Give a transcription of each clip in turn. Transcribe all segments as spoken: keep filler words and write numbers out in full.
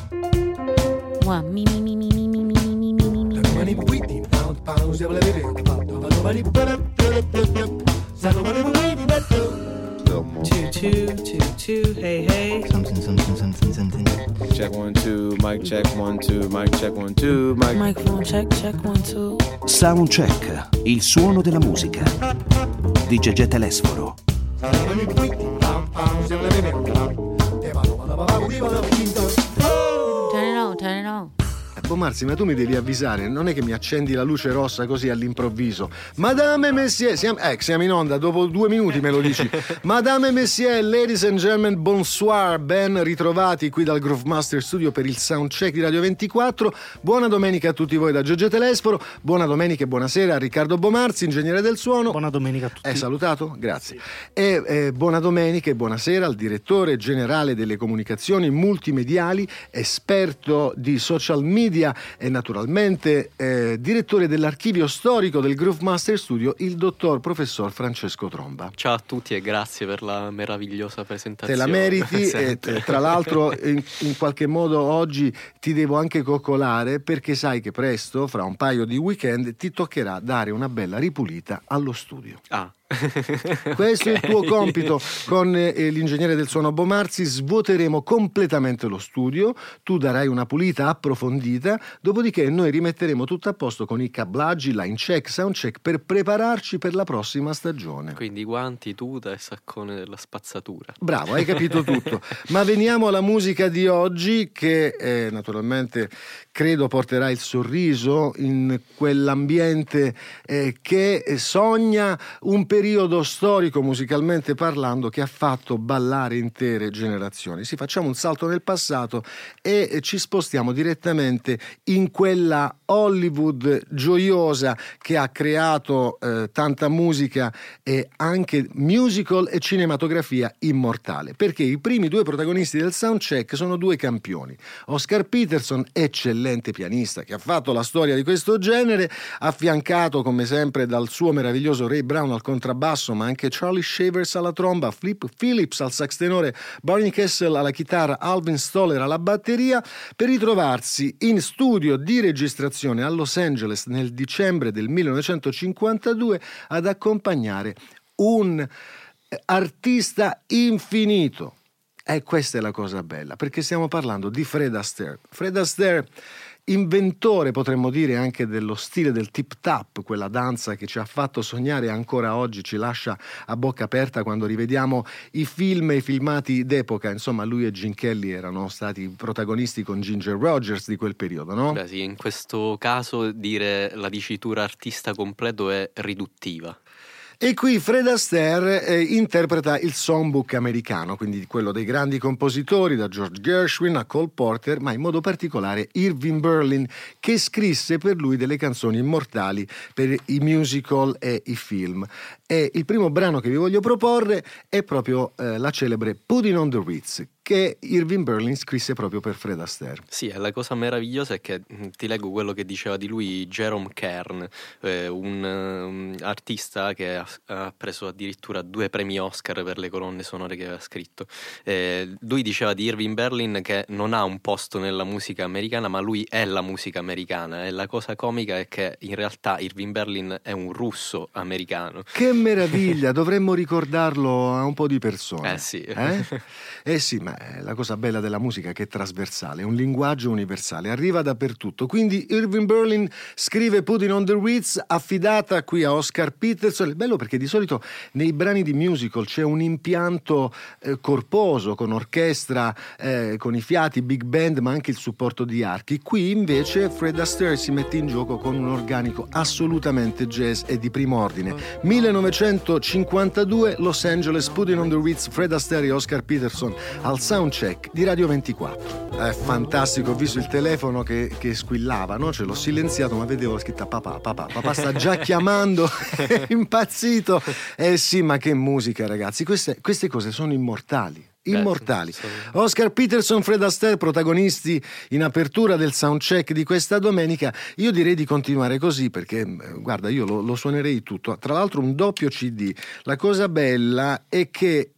Mua, mi mi mi mi mi mi mi mi mi mi mi. Two, two, two, two, hey, hey. Something, something, something, something. Check one, two, mic check one, two, mic check one, two, mic. Microphone check, check one, two. Soundcheck, il suono della musica di Gegè Telesforo. Turn it on, turn it on. Bomarzi, ma tu mi devi avvisare, non è che mi accendi la luce rossa così all'improvviso. Madame et Messieurs, siamo, eh, siamo in onda, dopo due minuti me lo dici. Madame et Messieurs, ladies and gentlemen, bonsoir, ben ritrovati qui dal Groove Master Studio per il soundcheck di Radio ventiquattro. Buona domenica a tutti voi da Gegè Telesforo, buona domenica e buonasera a Riccardo Bomarzi, ingegnere del suono. Buona domenica a tutti. È salutato? Grazie. E eh, buona domenica e buonasera al direttore generale delle comunicazioni multimediali, esperto di social media e naturalmente eh, direttore dell'archivio storico del Groove Master Studio, il dottor professor Francesco Tromba. Ciao a tutti e grazie per la meravigliosa presentazione. Te la meriti e t- tra l'altro in, in qualche modo oggi ti devo anche coccolare, perché sai che presto, fra un paio di weekend, ti toccherà dare una bella ripulita allo studio. Ah. Questo Okay. è il tuo compito con eh, l'ingegnere del suono Bomarzi. Svuoteremo completamente lo studio, tu darai una pulita approfondita, dopodiché noi rimetteremo tutto a posto con i cablaggi, line check, sound check, per prepararci per la prossima stagione. Quindi guanti, tuta e saccone della spazzatura. Bravo, hai capito tutto. Ma veniamo alla musica di oggi, che eh, naturalmente credo porterà il sorriso in quell'ambiente eh, che sogna un periodo storico musicalmente parlando che ha fatto ballare intere generazioni. Sì, facciamo un salto nel passato e ci spostiamo direttamente in quella Hollywood gioiosa che ha creato eh, tanta musica e anche musical e cinematografia immortale, perché i primi due protagonisti del soundcheck sono due campioni. Oscar Peterson, eccellente pianista che ha fatto la storia di questo genere, affiancato come sempre dal suo meraviglioso Ray Brown al contrabbasso, ma anche Charlie Shavers alla tromba, Flip Phillips al sax tenore, Barney Kessel alla chitarra, Alvin Stoller alla batteria, per ritrovarsi in studio di registrazione a Los Angeles nel dicembre del millenovecentocinquantadue ad accompagnare un artista infinito. E questa è la cosa bella, perché stiamo parlando di Fred Astaire. Fred Astaire, inventore, potremmo dire, anche dello stile del tip tap, quella danza che ci ha fatto sognare e ancora oggi ci lascia a bocca aperta quando rivediamo i film e i filmati d'epoca. Insomma, lui e Gene Kelly erano stati protagonisti con Ginger Rogers di quel periodo, no? Beh sì, in questo caso dire la dicitura artista completo è riduttiva. E qui Fred Astaire eh, interpreta il songbook americano, quindi quello dei grandi compositori, da George Gershwin a Cole Porter, ma in modo particolare Irving Berlin, che scrisse per lui delle canzoni immortali per i musical e i film. E il primo brano che vi voglio proporre è proprio eh, la celebre Putting on the Ritz, che Irving Berlin scrisse proprio per Fred Astaire. Sì, e la cosa meravigliosa è che ti leggo quello che diceva di lui Jerome Kern, eh, un um, artista che ha, ha preso addirittura due premi Oscar per le colonne sonore che aveva scritto. Eh, lui diceva di Irving Berlin che non ha un posto nella musica americana, ma lui è la musica americana, e la cosa comica è che in realtà Irving Berlin è un russo americano. Che meraviglia, dovremmo ricordarlo a un po' di persone. Eh sì. Eh, eh sì, ma la cosa bella della musica è che è trasversale, è un linguaggio universale, arriva dappertutto. Quindi Irving Berlin scrive Putting on the Ritz, affidata qui a Oscar Peterson. È bello perché di solito nei brani di musical c'è un impianto eh, corposo, con orchestra, eh, con i fiati, big band, ma anche il supporto di archi. Qui invece Fred Astaire si mette in gioco con un organico assolutamente jazz e di primo ordine. millenovecentocinquantadue, Los Angeles, Putting on the Ritz, Fred Astaire e Oscar Peterson al soundcheck di Radio ventiquattro. È fantastico, ho visto il telefono che, che squillava, no? Ce l'ho silenziato, ma vedevo la scritta papà, papà, papà sta già chiamando, è impazzito. Eh sì, ma che musica, ragazzi, queste, queste cose sono immortali. Immortali. Oscar Peterson, Fred Astaire, protagonisti in apertura del soundcheck di questa domenica. Io direi di continuare così perché, guarda, io lo, lo suonerei tutto. Tra l'altro un doppio C D. La cosa bella è che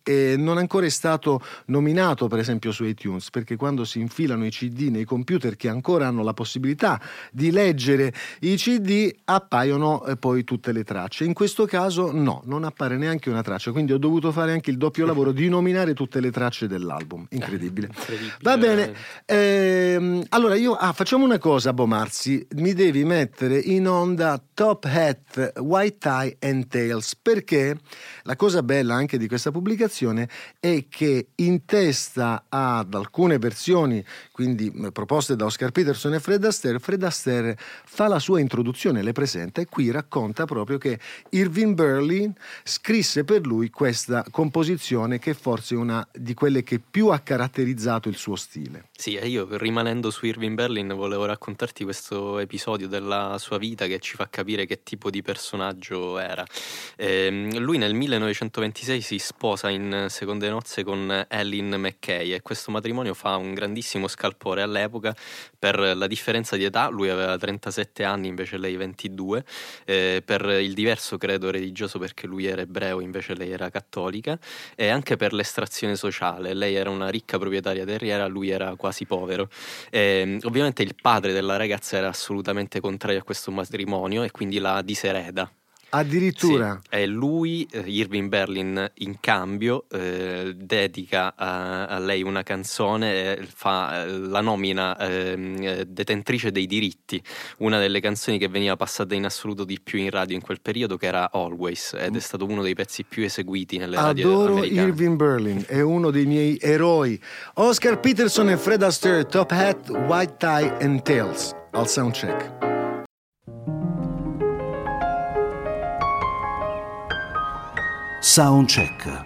e non ancora è stato nominato per esempio su iTunes, perché quando si infilano i C D nei computer che ancora hanno la possibilità di leggere i C D appaiono eh, poi tutte le tracce. In questo caso no, non appare neanche una traccia, quindi ho dovuto fare anche il doppio lavoro di nominare tutte le tracce dell'album. Incredibile. Incredibile. Va bene, ehm, allora io ah, facciamo una cosa, Bomarzi, mi devi mettere in onda Top Hat, White Tie and Tails, perché la cosa bella anche di questa pubblicazione è che in testa ad alcune versioni, quindi proposte da Oscar Peterson e Fred Astaire, Fred Astaire fa la sua introduzione, le presenta e qui racconta proprio che Irving Berlin scrisse per lui questa composizione che forse è una di quelle che più ha caratterizzato il suo stile. Sì, e io rimanendo su Irving Berlin volevo raccontarti questo episodio della sua vita che ci fa capire che tipo di personaggio era. Eh, lui nel millenovecentoventisei si sposa in seconde nozze con Ellen McKay e questo matrimonio fa un grandissimo scalpore all'epoca per la differenza di età. Lui aveva trentasette anni, invece lei ventidue, eh, per il diverso credo religioso, perché lui era ebreo, invece lei era cattolica, e anche per l'estrazione sociale. Lei era una ricca proprietaria terriera, lui era quasi povero. E, ovviamente il padre della ragazza era assolutamente contrario a questo matrimonio e quindi la disereda. Addirittura? Sì, e lui, Irving Berlin, in cambio eh, dedica a, a lei una canzone, eh, fa, eh, la nomina eh, detentrice dei diritti, una delle canzoni che veniva passata in assoluto di più in radio in quel periodo, che era Always, ed è stato uno dei pezzi più eseguiti nelle radio Adoro americane. Irving Berlin, è uno dei miei eroi. Oscar Peterson e Fred Astaire, Top Hat, White Tie and Tails, al Soundcheck. Soundcheck.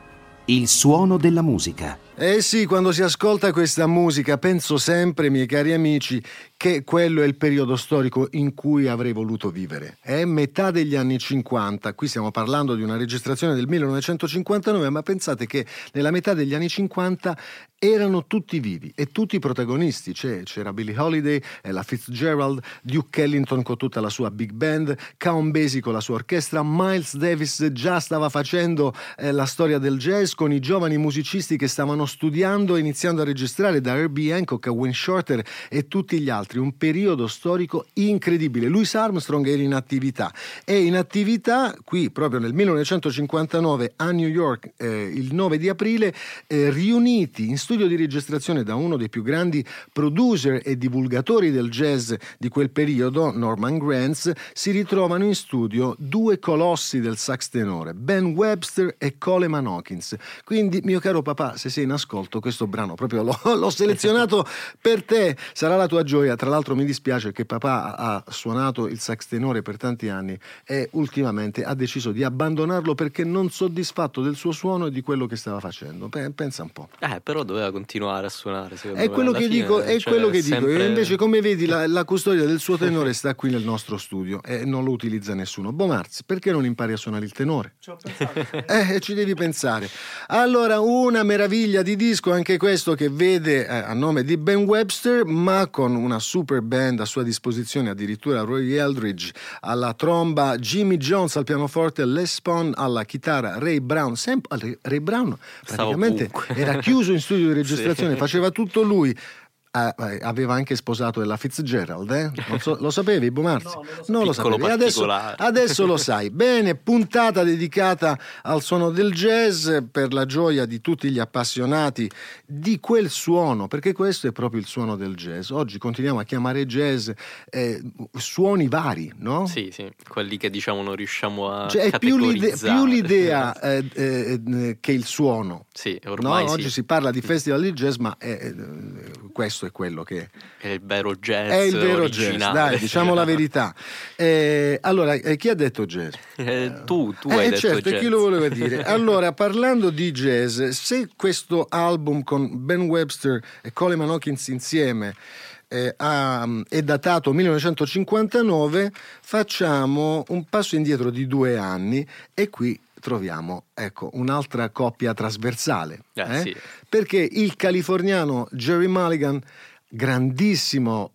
Il suono della musica. Eh sì, quando si ascolta questa musica penso sempre, miei cari amici, che quello è il periodo storico in cui avrei voluto vivere. È metà degli anni cinquanta, qui stiamo parlando di una registrazione del millenovecentocinquantanove, ma pensate che nella metà degli anni cinquanta erano tutti vivi e tutti protagonisti. C'è, c'era Billie Holiday, Ella Fitzgerald, Duke Ellington con tutta la sua big band, Count Basie con la sua orchestra, Miles Davis già stava facendo eh, la storia del jazz con i giovani musicisti che stavano studiando e iniziando a registrare, da Herbie Hancock a Wayne Shorter e tutti gli altri. Un periodo storico incredibile. Louis Armstrong era in attività e in attività qui proprio nel millenovecentocinquantanove a New York, eh, il nove di aprile, eh, riuniti in studio di registrazione da uno dei più grandi producer e divulgatori del jazz di quel periodo, Norman Granz, si ritrovano in studio due colossi del sax tenore, Ben Webster e Coleman Hawkins. Quindi, mio caro papà, se sei in ascolto, questo brano proprio l'ho, l'ho selezionato per te, sarà la tua gioia. Tra l'altro mi dispiace che papà ha suonato il sax tenore per tanti anni e ultimamente ha deciso di abbandonarlo perché non soddisfatto del suo suono e di quello che stava facendo. Pensa un po'. Eh, però doveva continuare a suonare, secondo È me. quello Alla che fine, dico, è cioè, quello che sempre... dico. E invece, come vedi, la, la custodia del suo tenore sta qui nel nostro studio e non lo utilizza nessuno. Bomarzi, perché non impari a suonare il tenore? Ci ho pensato. Eh, ci devi pensare. Allora, una meraviglia di disco anche questo, che vede eh, a nome di Ben Webster, ma con una super band a sua disposizione, addirittura Roy Eldridge alla tromba, Jimmy Jones al pianoforte, Les Paul alla chitarra, Ray Brown. Sempre, Ray Brown praticamente era chiuso in studio di registrazione, sì. Faceva tutto lui. Ah, aveva anche sposato Ella Fitzgerald, eh? Non so, lo sapevi, Bomarzi? No, non lo sapevi. Adesso, adesso lo sai. Bene, puntata dedicata al suono del jazz per la gioia di tutti gli appassionati di quel suono, perché questo è proprio il suono del jazz. Oggi continuiamo a chiamare jazz eh, suoni vari, no? Sì, sì, quelli che diciamo non riusciamo a cioè, è più, l'ide- più l'idea eh, eh, che il suono. Sì, ormai no? sì. Oggi si parla di festival di jazz, ma è, è, questo è quello che è il vero jazz, è il vero originale. Jazz, dai, diciamo la verità. Eh, allora, eh, chi ha detto jazz? Eh, tu, tu eh, hai certo, detto jazz. Chi lo voleva dire? Allora, parlando di jazz, se questo album con Ben Webster e Coleman Hawkins insieme eh, ha, è datato millenovecentocinquantanove, facciamo un passo indietro di due anni e qui troviamo, ecco, un'altra coppia trasversale, eh, eh? Sì. Perché il californiano Jerry Mulligan, grandissimo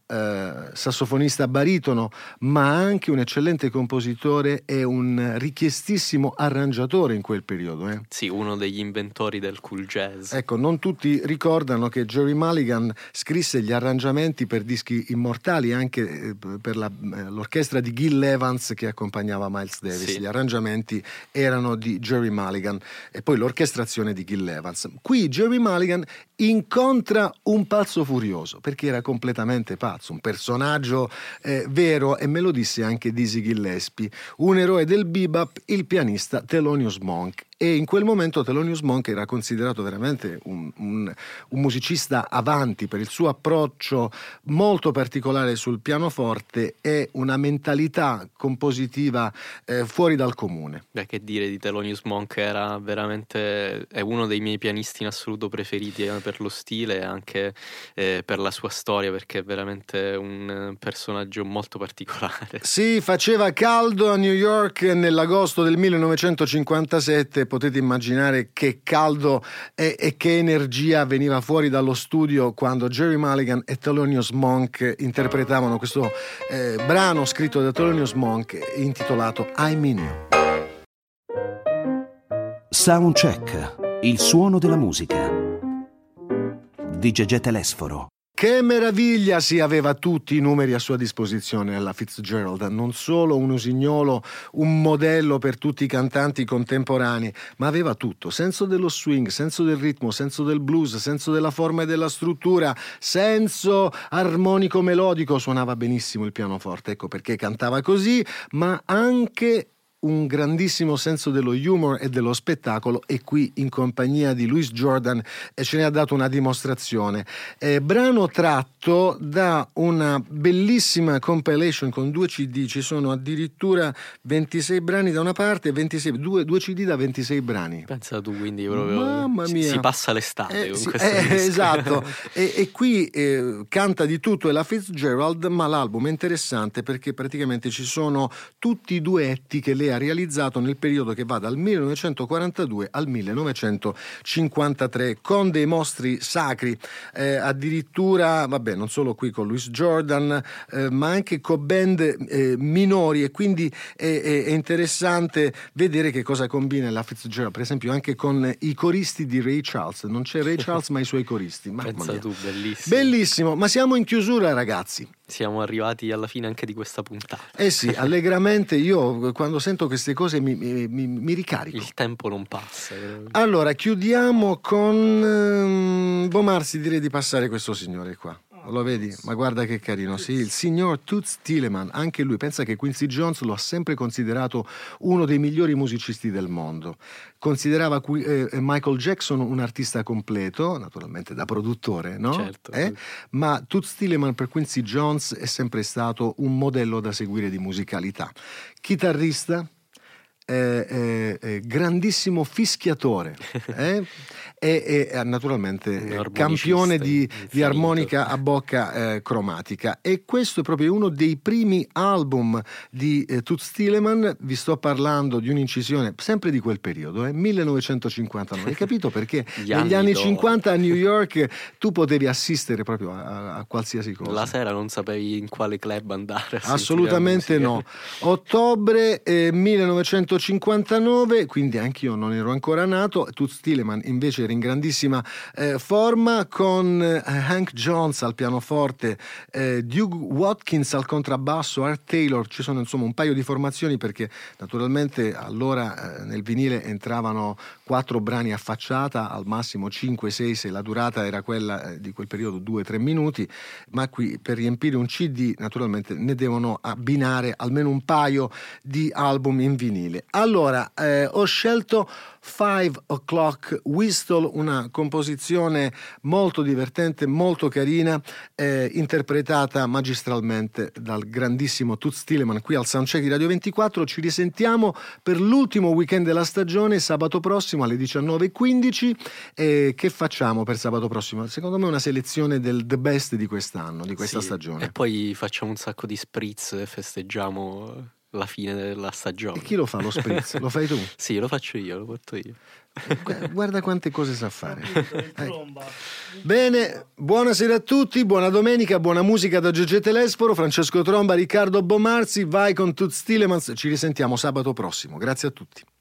eh, sassofonista baritono, ma anche un eccellente compositore e un richiestissimo arrangiatore in quel periodo. Eh. Sì, uno degli inventori del cool jazz. Ecco, non tutti ricordano che Gerry Mulligan scrisse gli arrangiamenti per dischi immortali anche eh, per la, eh, l'orchestra di Gil Evans che accompagnava Miles Davis. Sì. Gli arrangiamenti erano di Gerry Mulligan e poi l'orchestrazione di Gil Evans. Qui Gerry Mulligan incontra un pazzo furioso, perché era completamente pazzo, un personaggio eh, vero, e me lo disse anche Dizzy Gillespie, un eroe del bebop, il pianista Thelonious Monk. E in quel momento Thelonious Monk era considerato veramente un, un, un musicista avanti per il suo approccio molto particolare sul pianoforte e una mentalità compositiva eh, fuori dal comune. Beh, che dire di Thelonious Monk, era veramente è uno dei miei pianisti in assoluto preferiti, eh, per lo stile e anche eh, per la sua storia, perché è veramente un personaggio molto particolare. Sì, faceva caldo a New York nell'agosto del millenovecentocinquantasette. Potete immaginare che caldo e, e che energia veniva fuori dallo studio quando Gerry Mulligan e Thelonious Monk interpretavano questo eh, brano scritto da Thelonious Monk intitolato I'm in You. Soundcheck, il suono della musica di Gegè Telesforo. Che meraviglia! Si aveva tutti i numeri a sua disposizione alla Fitzgerald, non solo un usignolo, un modello per tutti i cantanti contemporanei, ma aveva tutto: senso dello swing, senso del ritmo, senso del blues, senso della forma e della struttura, senso armonico melodico, suonava benissimo il pianoforte, ecco perché cantava così, ma anche un grandissimo senso dello humor e dello spettacolo, e qui in compagnia di Louis Jordan e ce ne ha dato una dimostrazione. Eh, brano tratto da una bellissima compilation con due C D, ci sono addirittura ventisei brani da una parte e ventisei, due, due C D da ventisei brani. Pensa tu, quindi proprio Mamma mia. Si, si passa l'estate eh, con sì, questo eh, disco. Esatto, e, e qui eh, canta di tutto, è la Fitzgerald, ma l'album è interessante perché praticamente ci sono tutti i duetti che lei ha realizzato nel periodo che va dal millenovecentoquarantadue al millenovecentocinquantatré con dei mostri sacri, eh, addirittura, vabbè, non solo qui con Louis Jordan, eh, ma anche con band eh, minori, e quindi è, è, è interessante vedere che cosa combina la Fitzgerald, per esempio anche con i coristi di Ray Charles. Non c'è Ray Charles ma i suoi coristi. Mamma Pensa mia. tu, bellissimo. Bellissimo, ma siamo in chiusura, ragazzi. Siamo arrivati alla fine anche di questa puntata. Eh sì, allegramente. Io quando sento queste cose mi, mi, mi, mi ricarico. Il tempo non passa. Allora, chiudiamo con um, Bomarsi, direi di passare questo signore qua. Lo vedi? Ma guarda che carino, sì, il signor Toots Thielemans, anche lui, pensa che Quincy Jones lo ha sempre considerato uno dei migliori musicisti del mondo. Considerava eh, Michael Jackson un artista completo, naturalmente da produttore, no? Certo. Eh? Ma Toots Thielemans per Quincy Jones è sempre stato un modello da seguire di musicalità. Chitarrista, eh, eh, eh, grandissimo fischiatore, eh? e, e naturalmente campione di, di armonica a bocca eh, cromatica, e questo è proprio uno dei primi album di eh, Toots Thielemans. Vi sto parlando di un'incisione sempre di quel periodo, eh, millenovecentocinquantanove. Hai capito perché Gli negli anni anni d'oro. cinquanta a New York tu potevi assistere proprio a, a qualsiasi cosa. La sera non sapevi in quale club andare. Assolutamente no. Ottobre eh, millenovecentocinquantanove, quindi anch'io non ero ancora nato. Toots Thielemans invece era in grandissima eh, forma, con eh, Hank Jones al pianoforte, eh, Duke Watkins al contrabbasso, Art Taylor. Ci sono insomma un paio di formazioni, perché naturalmente allora eh, nel vinile entravano quattro brani a facciata, al massimo cinque sei se la durata era quella eh, di quel periodo, due tre minuti, ma qui per riempire un C D naturalmente ne devono abbinare almeno un paio di album in vinile. Allora eh, ho scelto Five O'Clock Whistle, una composizione molto divertente, molto carina, eh, interpretata magistralmente dal grandissimo Toots Thielemans qui al Soundcheck di Radio ventiquattro. Ci risentiamo per l'ultimo weekend della stagione, sabato prossimo alle diciannove e quindici. Eh, che facciamo per sabato prossimo? Secondo me una selezione del the best di quest'anno, di questa Sì, stagione. E poi facciamo un sacco di spritz e festeggiamo la fine della stagione. E chi lo fa lo spritz? Lo fai tu? Sì, lo faccio io, lo porto io. Gu- Guarda quante cose sa fare. Eh. Bene, buonasera a tutti, buona domenica, buona musica da Gegè Telesforo, Francesco Tromba, Riccardo Bomarzi, vai con Toots Thielemans, ci risentiamo sabato prossimo, grazie a tutti.